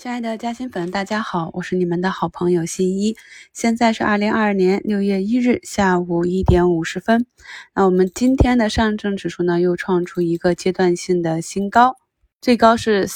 亲爱的嘉兴粉，大家好，我是你们的好朋友新一。现在是2022年6月1日下午1点50分。那我们今天的上证指数呢，又创出一个阶段性的新高，最高是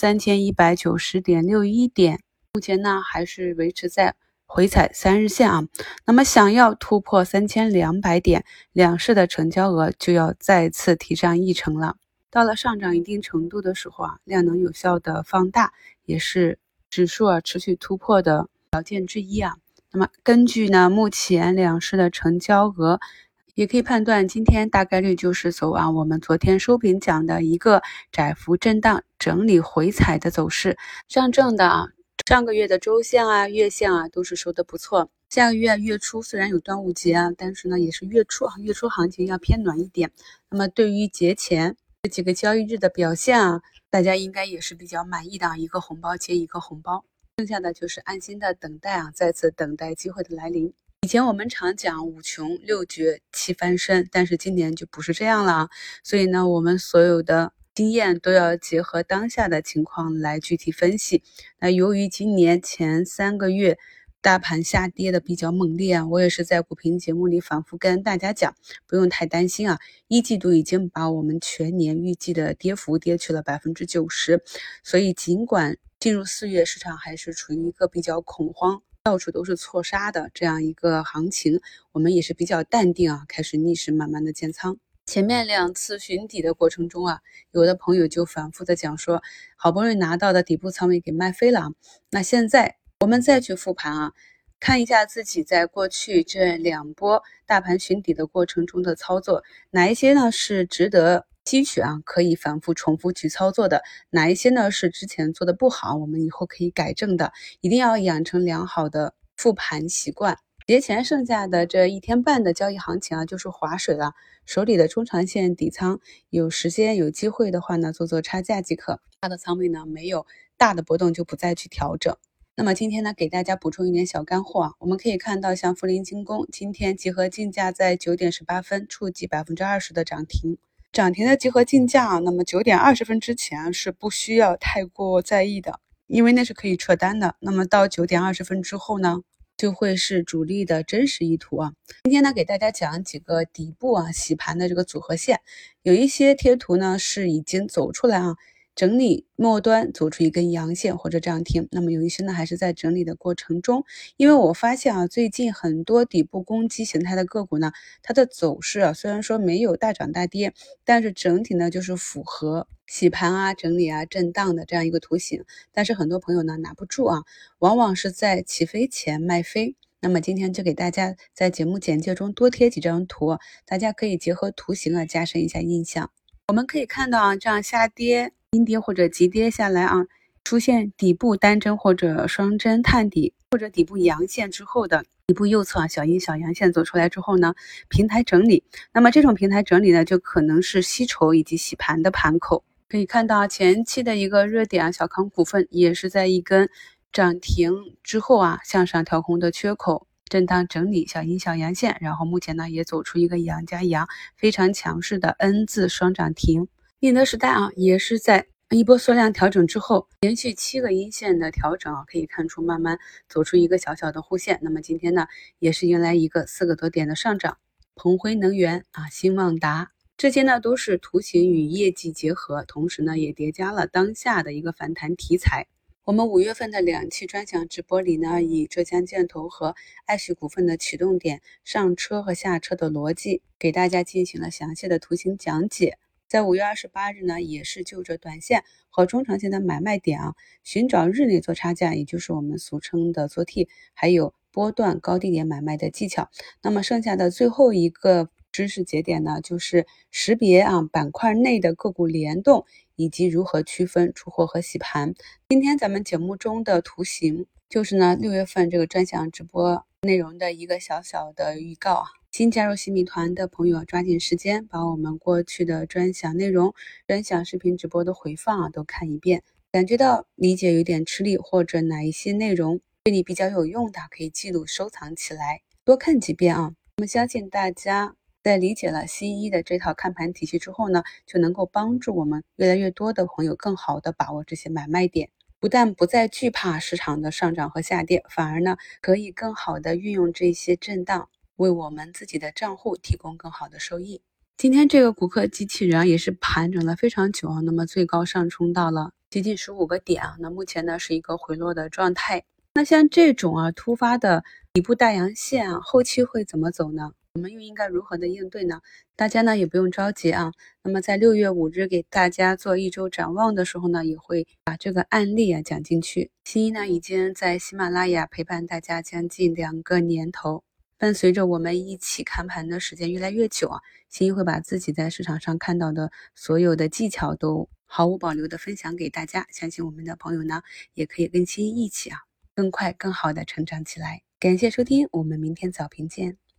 3190.61点，目前呢还是维持在回踩3日线啊。那么想要突破3200点，两市的成交额就要再次提上议程了。到了上涨一定程度的时候啊，量能有效的放大，也是指数持续突破的条件之一啊。那么根据呢目前两市的成交额，也可以判断今天大概率就是走我们昨天收评讲的一个窄幅震荡整理回踩的走势。上证的上个月的周线月线都是收的不错。下个月月初虽然有端午节但是呢也是月初行情要偏暖一点。那么对于节前这几个交易日的表现大家应该也是比较满意的，一个红包接一个红包，剩下的就是安心的等待再次等待机会的来临。以前我们常讲五穷六绝七翻身，但是今年就不是这样了所以呢，我们所有的经验都要结合当下的情况来具体分析。那由于今年前3个月大盘下跌的比较猛烈我也是在股评节目里反复跟大家讲，不用太担心一季度已经把我们全年预计的跌幅跌去了90%，所以尽管进入4月市场还是处于一个比较恐慌，到处都是错杀的这样一个行情，我们也是比较淡定开始逆势慢慢的建仓。前面2次寻底的过程中有的朋友就反复的讲说，好不容易拿到的底部仓位给卖飞了那现在我们再去复盘看一下自己在过去这2波大盘寻底的过程中的操作，哪一些呢是值得吸取可以反复重复去操作的，哪一些呢是之前做的不好，我们以后可以改正的，一定要养成良好的复盘习惯。节前剩下的这1天半的交易行情就是划水了，手里的中长线底仓有时间有机会的话呢，做差价即可，大的仓位呢没有大的波动就不再去调整。那么今天呢，给大家补充一点小干货我们可以看到，像涪陵精工今天集合竞价在9点18分触及20%的涨停。涨停的集合竞价那么9点20分之前是不需要太过在意的，因为那是可以撤单的。那么到9点20分之后呢，就会是主力的真实意图今天呢，给大家讲几个底部洗盘的这个组合线，有一些贴图呢是已经走出来整理末端走出一根阳线或者涨停，那么有一些呢还是在整理的过程中。因为我发现最近很多底部攻击形态的个股呢，它的走势虽然说没有大涨大跌，但是整体呢就是符合洗盘整理震荡的这样一个图形。但是很多朋友呢拿不住往往是在起飞前卖飞。那么今天就给大家在节目简介中多贴几张图，大家可以结合图形加深一下印象。我们可以看到这样下跌阴跌或者急跌下来出现底部单针或者双针探底，或者底部阳线之后的底部右侧小阴小阳线走出来之后呢，平台整理。那么这种平台整理呢，就可能是吸筹以及洗盘的盘口。可以看到前期的一个热点小康股份也是在一根涨停之后向上调空的缺口震荡整理小阴小阳线，然后目前呢也走出一个阳加阳非常强势的 N 字双涨停。宁德时代也是在一波缩量调整之后，连续7个阴线的调整可以看出慢慢走出一个小小的弧线。那么今天呢，也是迎来一个4个多点的上涨。鹏辉能源新旺达这些呢都是图形与业绩结合，同时呢也叠加了当下的一个反弹题材。我们5月份的2期专享直播里呢，以浙江建投和爱旭股份的启动点、上车和下车的逻辑，给大家进行了详细的图形讲解。在5月28日呢，也是就着短线和中长线的买卖点寻找日内做差价，也就是我们俗称的做 T， 还有波段高低点买卖的技巧。那么剩下的最后一个知识节点呢，就是识别板块内的个股联动，以及如何区分出货和洗盘。今天咱们节目中的图形就是呢6月份这个专享直播内容的一个小小的预告新加入新米团的朋友抓紧时间把我们过去的专享内容、专享视频直播的回放都看一遍。感觉到理解有点吃力，或者哪一些内容对你比较有用的，可以记录收藏起来，多看几遍我们相信大家在理解了新一的这套看盘体系之后呢，就能够帮助我们越来越多的朋友更好的把握这些买卖点。 不但不再惧怕市场的上涨和下跌，反而呢可以更好的运用这些震荡，为我们自己的账户提供更好的收益。今天这个谷歌机器人也是盘整了非常久啊，那么最高上冲到了接近15个点啊，那目前呢是一个回落的状态。那像这种突发的底部大阳线后期会怎么走呢？我们又应该如何的应对呢？大家呢也不用着急啊。那么在6月5日给大家做1周展望的时候呢，也会把这个案例讲进去。新一呢已经在喜马拉雅陪伴大家将近2个年头，伴随着我们一起看盘的时间越来越久新一会把自己在市场上看到的所有的技巧都毫无保留的分享给大家。相信我们的朋友呢也可以跟新一一起更快更好的成长起来。感谢收听，我们明天早评见。